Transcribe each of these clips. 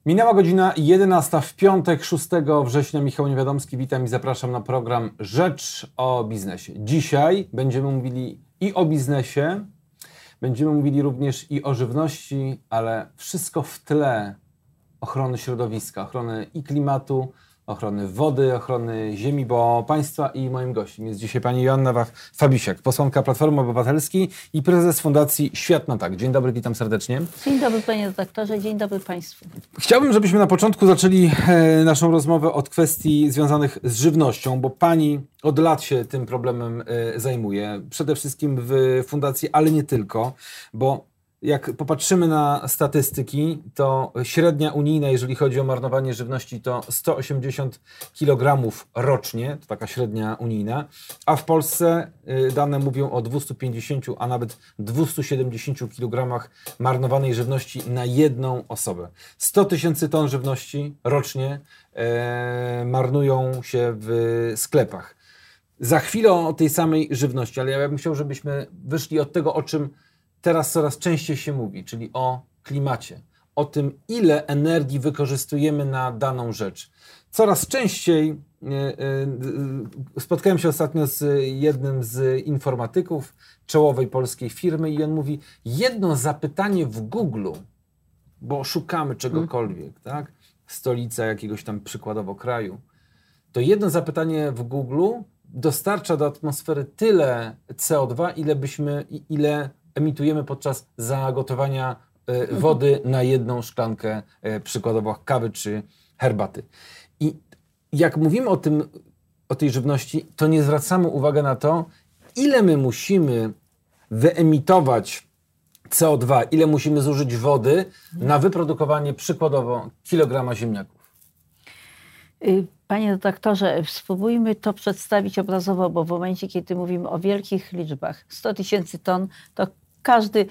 Minęła godzina 11 w piątek, 6 września. Michał Niewiadomski, witam i zapraszam na program Rzecz o biznesie. Dzisiaj będziemy mówili i o biznesie, będziemy mówili również i o żywności, ale wszystko w tle ochrony środowiska, ochrony i klimatu, ochrony wody, ochrony ziemi, bo Państwa i moim gościem jest dzisiaj pani Joanna Wach-Fabisiak, posłanka Platformy Obywatelskiej i prezes Fundacji Świat na Tak. Dzień dobry, witam serdecznie. Dzień dobry panie redaktorze, dzień dobry państwu. Chciałbym, żebyśmy na początku zaczęli naszą rozmowę od kwestii związanych z żywnością, bo pani od lat się tym problemem zajmuje. Przede wszystkim w fundacji, ale nie tylko, bo jak popatrzymy na statystyki, to średnia unijna, jeżeli chodzi o marnowanie żywności, to 180 kg rocznie, to taka średnia unijna, a w Polsce dane mówią o 250, a nawet 270 kg marnowanej żywności na jedną osobę. 100 tysięcy ton żywności rocznie marnują się w sklepach. Za chwilę o tej samej żywności, ale ja bym chciał, żebyśmy wyszli od tego, o czym teraz coraz częściej się mówi, czyli o klimacie, o tym, ile energii wykorzystujemy na daną rzecz. Coraz częściej spotkałem się ostatnio z jednym z informatyków czołowej polskiej firmy i on mówi, jedno zapytanie w Google, bo szukamy czegokolwiek, tak? Stolica jakiegoś tam przykładowo kraju, to jedno zapytanie w Google dostarcza do atmosfery tyle CO2, ile emitujemy podczas zagotowania wody na jedną szklankę przykładowo kawy czy herbaty. I jak mówimy o tej żywności, to nie zwracamy uwagi na to, ile my musimy wyemitować CO2, ile musimy zużyć wody na wyprodukowanie przykładowo kilograma ziemniaków. Panie redaktorze, spróbujmy to przedstawić obrazowo, bo w momencie, kiedy mówimy o wielkich liczbach, 100 tysięcy ton, to każdy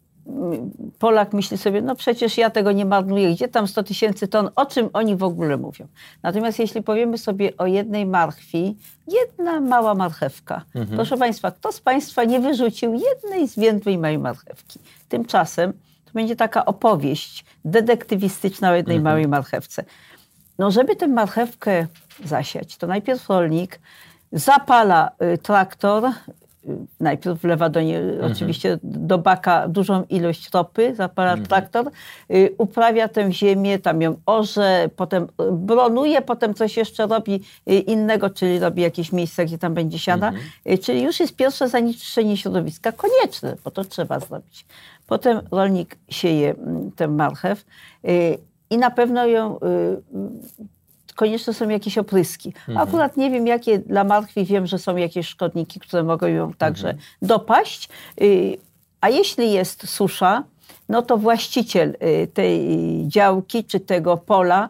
Polak myśli sobie, no przecież ja tego nie marnuję, gdzie tam 100 tysięcy ton, o czym oni w ogóle mówią. Natomiast jeśli powiemy sobie o jednej marchwi, jedna mała marchewka. Proszę Państwa, kto z Państwa nie wyrzucił jednej zwiędłej małej marchewki? Tymczasem to będzie taka opowieść detektywistyczna o jednej małej marchewce. No, żeby tę marchewkę zasiać, to najpierw rolnik zapala traktor, najpierw wlewa do niej oczywiście do baka dużą ilość ropy, zapala traktor, uprawia tę ziemię, tam ją orze, potem bronuje, potem coś jeszcze robi innego, czyli robi jakieś miejsce, gdzie tam będzie siana. Czyli już jest pierwsze zanieczyszczenie środowiska, konieczne, bo to trzeba zrobić. Potem rolnik sieje tę marchew i na pewno ją konieczne są jakieś opryski. Akurat nie wiem, jakie dla marchwi, wiem, że są jakieś szkodniki, które mogą ją także dopaść. A jeśli jest susza, no to właściciel tej działki czy tego pola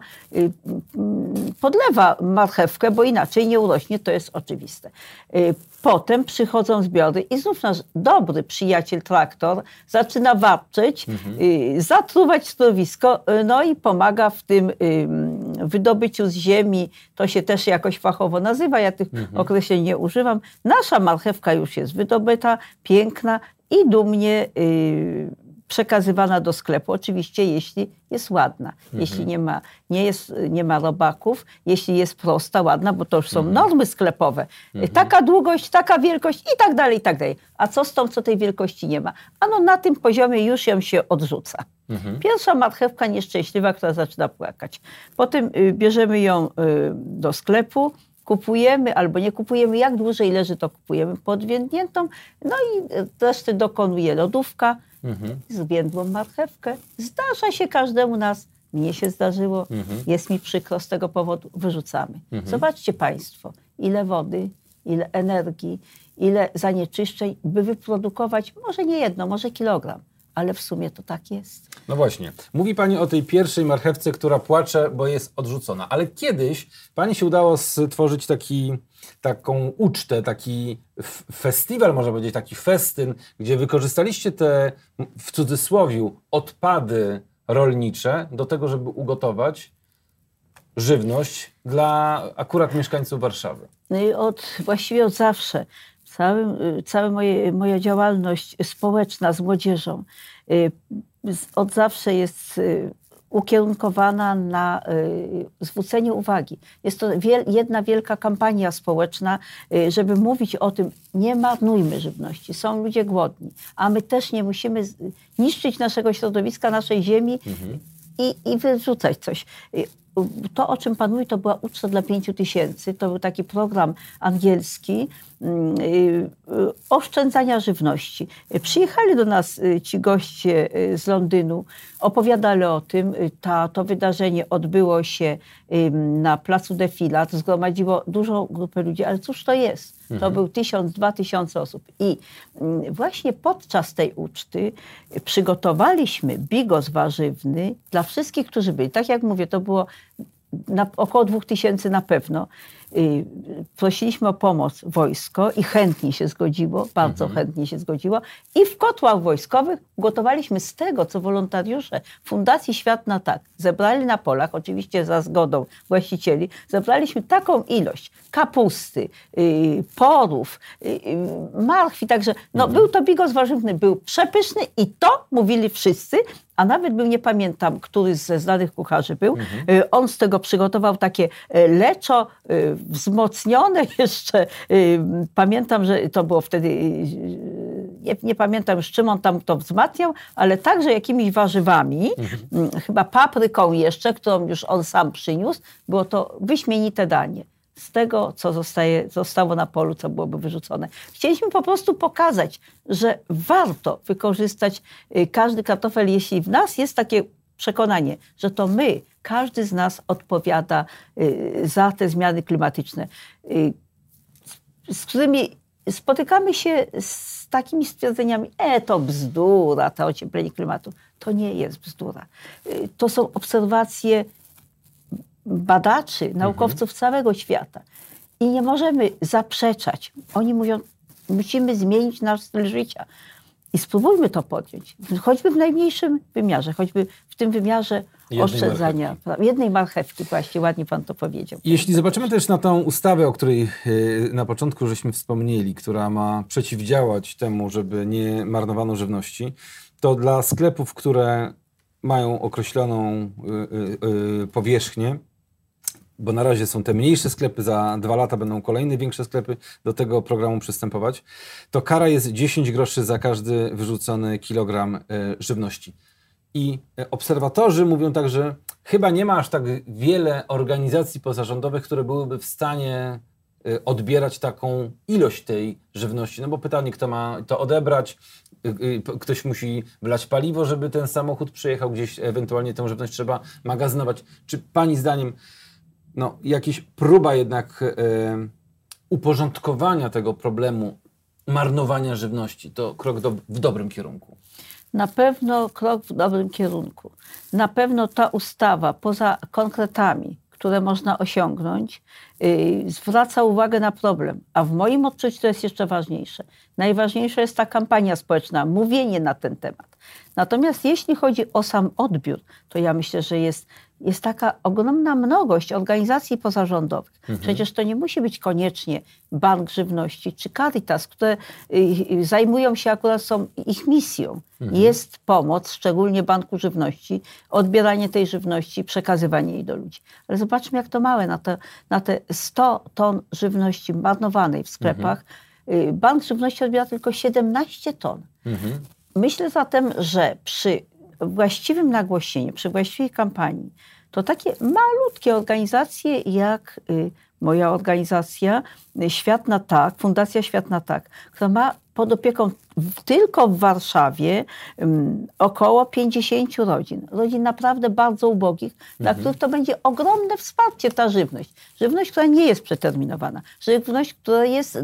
podlewa marchewkę, bo inaczej nie urośnie, to jest oczywiste. Potem przychodzą zbiory i znów nasz dobry przyjaciel traktor zaczyna warczeć, zatruwać środowisko, no i pomaga w tym wydobyciu z ziemi. To się też jakoś fachowo nazywa, ja tych określeń nie używam. Nasza marchewka już jest wydobyta, piękna i dumnie przekazywana do sklepu. Oczywiście, jeśli jest ładna. Jeśli nie ma robaków, jeśli jest prosta, ładna, bo to już są normy sklepowe. Taka długość, taka wielkość i tak dalej, i tak dalej. A co z tą, co tej wielkości nie ma? Ano na tym poziomie już ją się odrzuca. Pierwsza marchewka nieszczęśliwa, która zaczyna płakać. Potem bierzemy ją do sklepu, kupujemy albo nie kupujemy, jak dłużej leży, to kupujemy podwiędniętą, no i reszty dokonuje lodówka. Zwiędłą marchewkę. Zdarza się każdemu nas. Mnie się zdarzyło. Jest mi przykro z tego powodu. Wyrzucamy. Zobaczcie Państwo, ile wody, ile energii, ile zanieczyszczeń, by wyprodukować może nie jedno, może kilogram. Ale w sumie to tak jest. No właśnie. Mówi Pani o tej pierwszej marchewce, która płacze, bo jest odrzucona. Ale kiedyś Pani się udało stworzyć taką ucztę, taki festiwal, można powiedzieć, taki festyn, gdzie wykorzystaliście te, w cudzysłowiu, odpady rolnicze do tego, żeby ugotować żywność dla akurat mieszkańców Warszawy. No i właściwie od zawsze. Cała moja działalność społeczna z młodzieżą od zawsze jest ukierunkowana na zwrócenie uwagi. Jest to jedna wielka kampania społeczna, żeby mówić o tym, nie marnujmy żywności, są ludzie głodni, a my też nie musimy niszczyć naszego środowiska, naszej ziemi i wyrzucać coś. To, o czym pan mówi, to była uczta dla 5000. To był taki program angielski oszczędzania żywności. Przyjechali do nas ci goście z Londynu, opowiadali o tym. To wydarzenie odbyło się na placu Defilat, zgromadziło dużą grupę ludzi, ale cóż to jest? To był 1000–2000 osób. I właśnie podczas tej uczty przygotowaliśmy bigos warzywny dla wszystkich, którzy byli. Tak jak mówię, to było około 2000 na pewno. Prosiliśmy o pomoc wojsko i chętnie się zgodziło, bardzo chętnie się zgodziło. I w kotłach wojskowych gotowaliśmy z tego, co wolontariusze Fundacji Świat na Tak zebrali na polach, oczywiście za zgodą właścicieli, zebraliśmy taką ilość kapusty, porów, marchwi, także był to bigos warzywny, był przepyszny i to mówili wszyscy, a nawet był, nie pamiętam, który ze znanych kucharzy był, on z tego przygotował takie leczo wzmocnione jeszcze. Pamiętam, że to było wtedy, nie pamiętam już czym on tam to wzmacniał, ale także jakimiś warzywami, chyba papryką jeszcze, którą już on sam przyniósł. Było to wyśmienite danie. Z tego, co zostało na polu, co byłoby wyrzucone. Chcieliśmy po prostu pokazać, że warto wykorzystać każdy kartofel, jeśli w nas jest takie przekonanie, że to my, każdy z nas odpowiada za te zmiany klimatyczne, z którymi spotykamy się z takimi stwierdzeniami, to bzdura, to ocieplenie klimatu. To nie jest bzdura. To są obserwacje badaczy, naukowców całego świata. I nie możemy zaprzeczać. Oni mówią, musimy zmienić nasz styl życia. I spróbujmy to podjąć. Choćby w najmniejszym wymiarze, choćby w tym wymiarze oszczędzania. Jednej marchewki, właśnie ładnie pan to powiedział. Jeśli zobaczymy też na tą ustawę, o której na początku żeśmy wspomnieli, która ma przeciwdziałać temu, żeby nie marnowano żywności, to dla sklepów, które mają określoną powierzchnię, bo na razie są te mniejsze sklepy, za 2 lata będą kolejne większe sklepy do tego programu przystępować, to kara jest 10 groszy za każdy wyrzucony kilogram żywności. I obserwatorzy mówią tak, że chyba nie ma aż tak wiele organizacji pozarządowych, które byłyby w stanie odbierać taką ilość tej żywności. No bo pytanie, kto ma to odebrać, ktoś musi wlać paliwo, żeby ten samochód przyjechał gdzieś, ewentualnie tę żywność trzeba magazynować. Czy pani zdaniem jakaś próba jednak uporządkowania tego problemu marnowania żywności to krok w dobrym kierunku? Na pewno krok w dobrym kierunku. Na pewno ta ustawa, poza konkretami, które można osiągnąć, zwraca uwagę na problem. A w moim odczuciu to jest jeszcze ważniejsze. Najważniejsza jest ta kampania społeczna, mówienie na ten temat. Natomiast jeśli chodzi o sam odbiór, to ja myślę, że jest taka ogromna mnogość organizacji pozarządowych. Przecież to nie musi być koniecznie Bank Żywności czy Caritas, które zajmują się akurat, są ich misją. Jest pomoc, szczególnie Banku Żywności, odbieranie tej żywności, przekazywanie jej do ludzi. Ale zobaczmy, jak to małe, na te 100 ton żywności marnowanej w sklepach, Bank Żywności odbiera tylko 17 ton. Myślę zatem, że przy właściwym nagłośnieniu, przy właściwej kampanii, to takie malutkie organizacje jak moja organizacja Świat na Tak, Fundacja Świat na Tak, która ma pod opieką tylko w Warszawie około 50 rodzin. Rodzin naprawdę bardzo ubogich, dla których to będzie ogromne wsparcie, ta żywność. Żywność, która nie jest przeterminowana. Żywność, która jest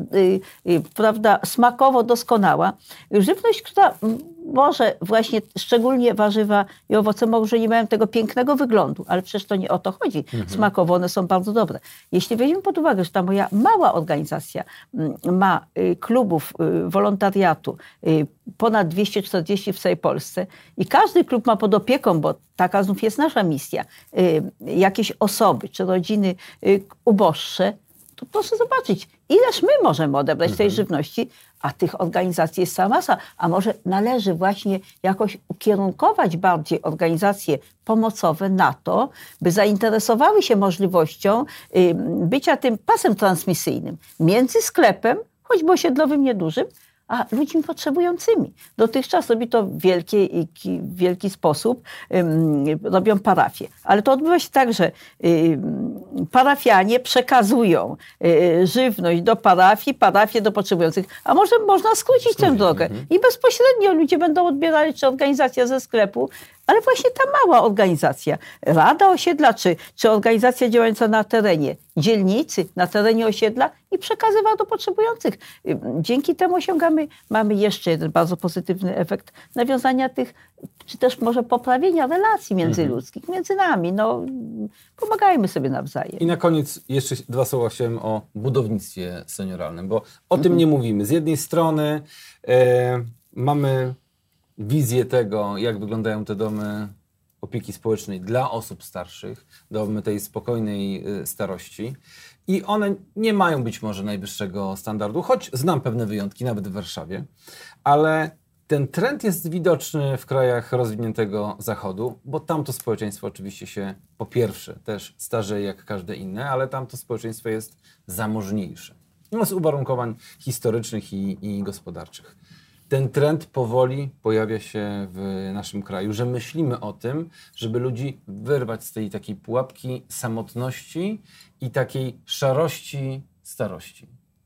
smakowo doskonała. Żywność, która może właśnie, szczególnie warzywa i owoce, może nie mają tego pięknego wyglądu, ale przecież to nie o to chodzi. Smakowo one są bardzo dobre. Jeśli weźmiemy pod uwagę, że ta moja mała organizacja ma klubów wolontariatu, ponad 240 w całej Polsce i każdy klub ma pod opieką, bo taka znów jest nasza misja, jakieś osoby czy rodziny uboższe, to proszę zobaczyć, ileż my możemy odebrać tej żywności, a tych organizacji jest cała masa. A może należy właśnie jakoś ukierunkować bardziej organizacje pomocowe na to, by zainteresowały się możliwością bycia tym pasem transmisyjnym między sklepem, choćby osiedlowym niedużym, a ludźmi potrzebującymi. Dotychczas robi to w wielki sposób, robią parafie. Ale to odbywa się tak, że parafianie przekazują żywność do parafii, parafie do potrzebujących. A może można skrócić tę drogę i bezpośrednio ludzie będą odbierali, czy organizacja ze sklepu, ale właśnie ta mała organizacja, Rada Osiedla, czy organizacja działająca na terenie dzielnicy, na terenie osiedla i przekazywa do potrzebujących. Dzięki temu mamy jeszcze jeden bardzo pozytywny efekt nawiązania tych, czy też może poprawienia relacji międzyludzkich, między nami. No, pomagajmy sobie nawzajem. I na koniec jeszcze 2 słowa chciałem o budownictwie senioralnym, bo o tym nie mówimy. Z jednej strony mamy wizję tego, jak wyglądają te domy opieki społecznej dla osób starszych, domy tej spokojnej starości. I one nie mają być może najwyższego standardu, choć znam pewne wyjątki, nawet w Warszawie, ale ten trend jest widoczny w krajach rozwiniętego Zachodu, bo tamto społeczeństwo oczywiście się po pierwsze też starzeje jak każde inne, ale tamto społeczeństwo jest zamożniejsze. Z uwarunkowań historycznych i gospodarczych. Ten trend powoli pojawia się w naszym kraju, że myślimy o tym, żeby ludzi wyrwać z tej takiej pułapki samotności i takiej szarości starości.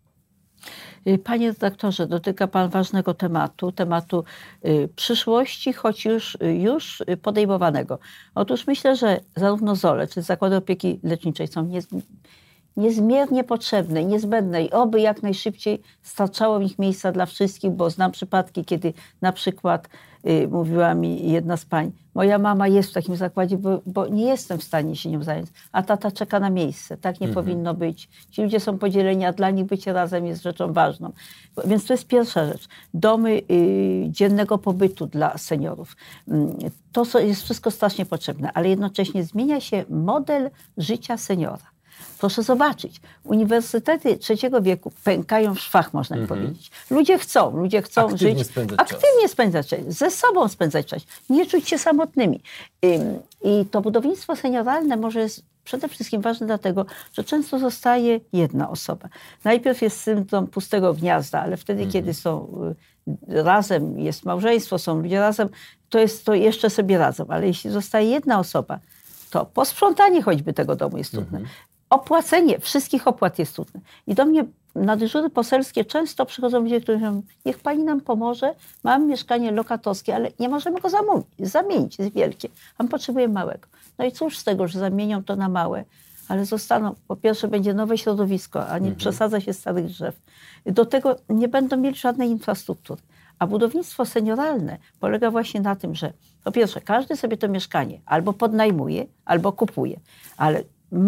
Panie redaktorze, dotyka pan ważnego tematu przyszłości, choć już podejmowanego. Otóż myślę, że zarówno ZOL-e, czy zakłady opieki leczniczej są niezmiernie potrzebne, niezbędne i oby jak najszybciej starczało w nich miejsca dla wszystkich, bo znam przypadki, kiedy na przykład mówiła mi jedna z pań, moja mama jest w takim zakładzie, bo nie jestem w stanie się nią zająć, a tata czeka na miejsce. Tak nie powinno być. Ci ludzie są podzieleni, a dla nich bycie razem jest rzeczą ważną. Więc to jest pierwsza rzecz. Domy dziennego pobytu dla seniorów. To jest wszystko strasznie potrzebne, ale jednocześnie zmienia się model życia seniora. Proszę zobaczyć, uniwersytety trzeciego wieku pękają w szwach, można by powiedzieć. Ludzie chcą aktywnie żyć, aktywnie spędzać czas, ze sobą spędzać czas, nie czuć się samotnymi. I to budownictwo senioralne może jest przede wszystkim ważne dlatego, że często zostaje jedna osoba. Najpierw jest syndrom pustego gniazda, ale wtedy, kiedy są razem, jest małżeństwo, są ludzie razem, to jest to jeszcze sobie radzą. Ale jeśli zostaje jedna osoba, to posprzątanie choćby tego domu jest trudne. Opłacenie wszystkich opłat jest trudne. I do mnie na dyżury poselskie często przychodzą ludzie, którzy mówią, niech pani nam pomoże, mam mieszkanie lokatorskie, ale nie możemy go zamienić, jest wielkie, a my potrzebujemy małego. No i cóż z tego, że zamienią to na małe, ale zostaną, po pierwsze będzie nowe środowisko, a nie przesadza się starych drzew. Do tego nie będą mieli żadnej infrastruktury. A budownictwo senioralne polega właśnie na tym, że po pierwsze każdy sobie to mieszkanie albo podnajmuje, albo kupuje, ale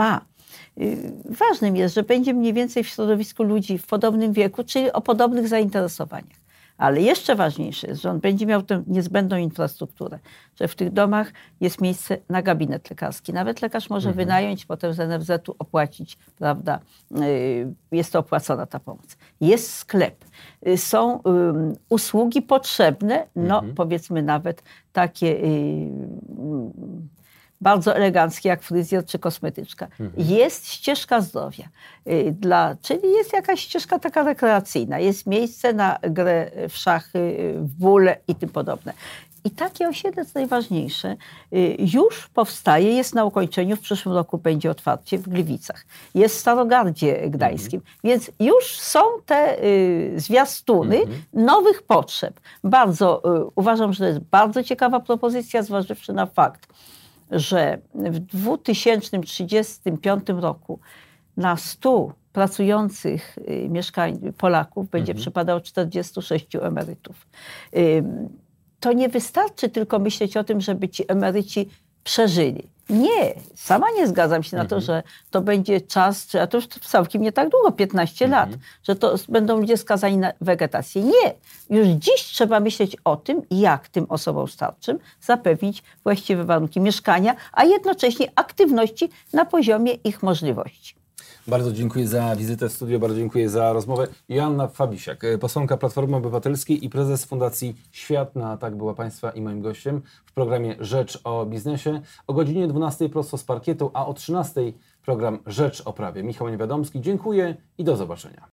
ważnym jest, że będzie mniej więcej w środowisku ludzi w podobnym wieku, czyli o podobnych zainteresowaniach. Ale jeszcze ważniejsze jest, że on będzie miał tę niezbędną infrastrukturę, że w tych domach jest miejsce na gabinet lekarski. Nawet lekarz może wynająć, potem z NFZ-u opłacić, prawda? Jest to opłacona ta pomoc. Jest sklep. Są usługi potrzebne, powiedzmy nawet takie bardzo eleganckie, jak fryzjer czy kosmetyczka. Jest ścieżka zdrowia, czyli jest jakaś ścieżka taka rekreacyjna, jest miejsce na grę w szachy, w bóle i tym podobne. I takie osiedle, co najważniejsze, już powstaje, jest na ukończeniu, w przyszłym roku będzie otwarcie w Gliwicach. Jest w Starogardzie Gdańskim. Więc już są te zwiastuny nowych potrzeb. Uważam, że to jest bardzo ciekawa propozycja, zważywszy na fakt, że w 2035 roku na 100 pracujących Polaków będzie przypadało 46 emerytów. To nie wystarczy tylko myśleć o tym, żeby ci emeryci przeżyli. Nie, sama nie zgadzam się na to, że to będzie czas, a to już całkiem nie tak długo, 15 lat, że to będą ludzie skazani na wegetację. Nie, już dziś trzeba myśleć o tym, jak tym osobom starszym zapewnić właściwe warunki mieszkania, a jednocześnie aktywności na poziomie ich możliwości. Bardzo dziękuję za wizytę w studiu, bardzo dziękuję za rozmowę. Joanna Fabisiak, posłanka Platformy Obywatelskiej i prezes Fundacji Świat na Tak była Państwa i moim gościem w programie Rzecz o biznesie. O godzinie 12 prosto z parkietu, a o 13 program Rzecz o prawie. Michał Niewiadomski, dziękuję i do zobaczenia.